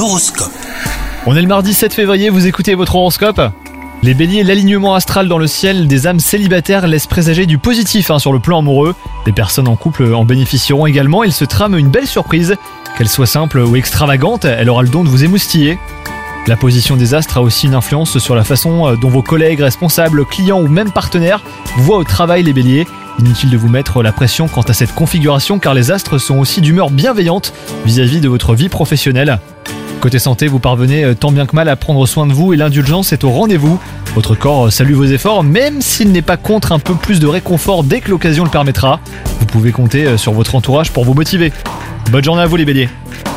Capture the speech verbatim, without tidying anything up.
L'horoscope. On est le mardi sept février, vous écoutez votre horoscope. Les béliers, l'alignement astral dans le ciel des âmes célibataires laisse présager du positif hein, sur le plan amoureux. Les personnes en couple en bénéficieront également. Il se trame une belle surprise. Qu'elle soit simple ou extravagante, elle aura le don de vous émoustiller. La position des astres a aussi une influence sur la façon dont vos collègues, responsables, clients ou même partenaires vous voient au travail les béliers. Inutile de vous mettre la pression quant à cette configuration car les astres sont aussi d'humeur bienveillante vis-à-vis de votre vie professionnelle. Côté santé, vous parvenez tant bien que mal à prendre soin de vous et l'indulgence est au rendez-vous. Votre corps salue vos efforts, même s'il n'est pas contre un peu plus de réconfort dès que l'occasion le permettra. Vous pouvez compter sur votre entourage pour vous motiver. Bonne journée à vous les béliers.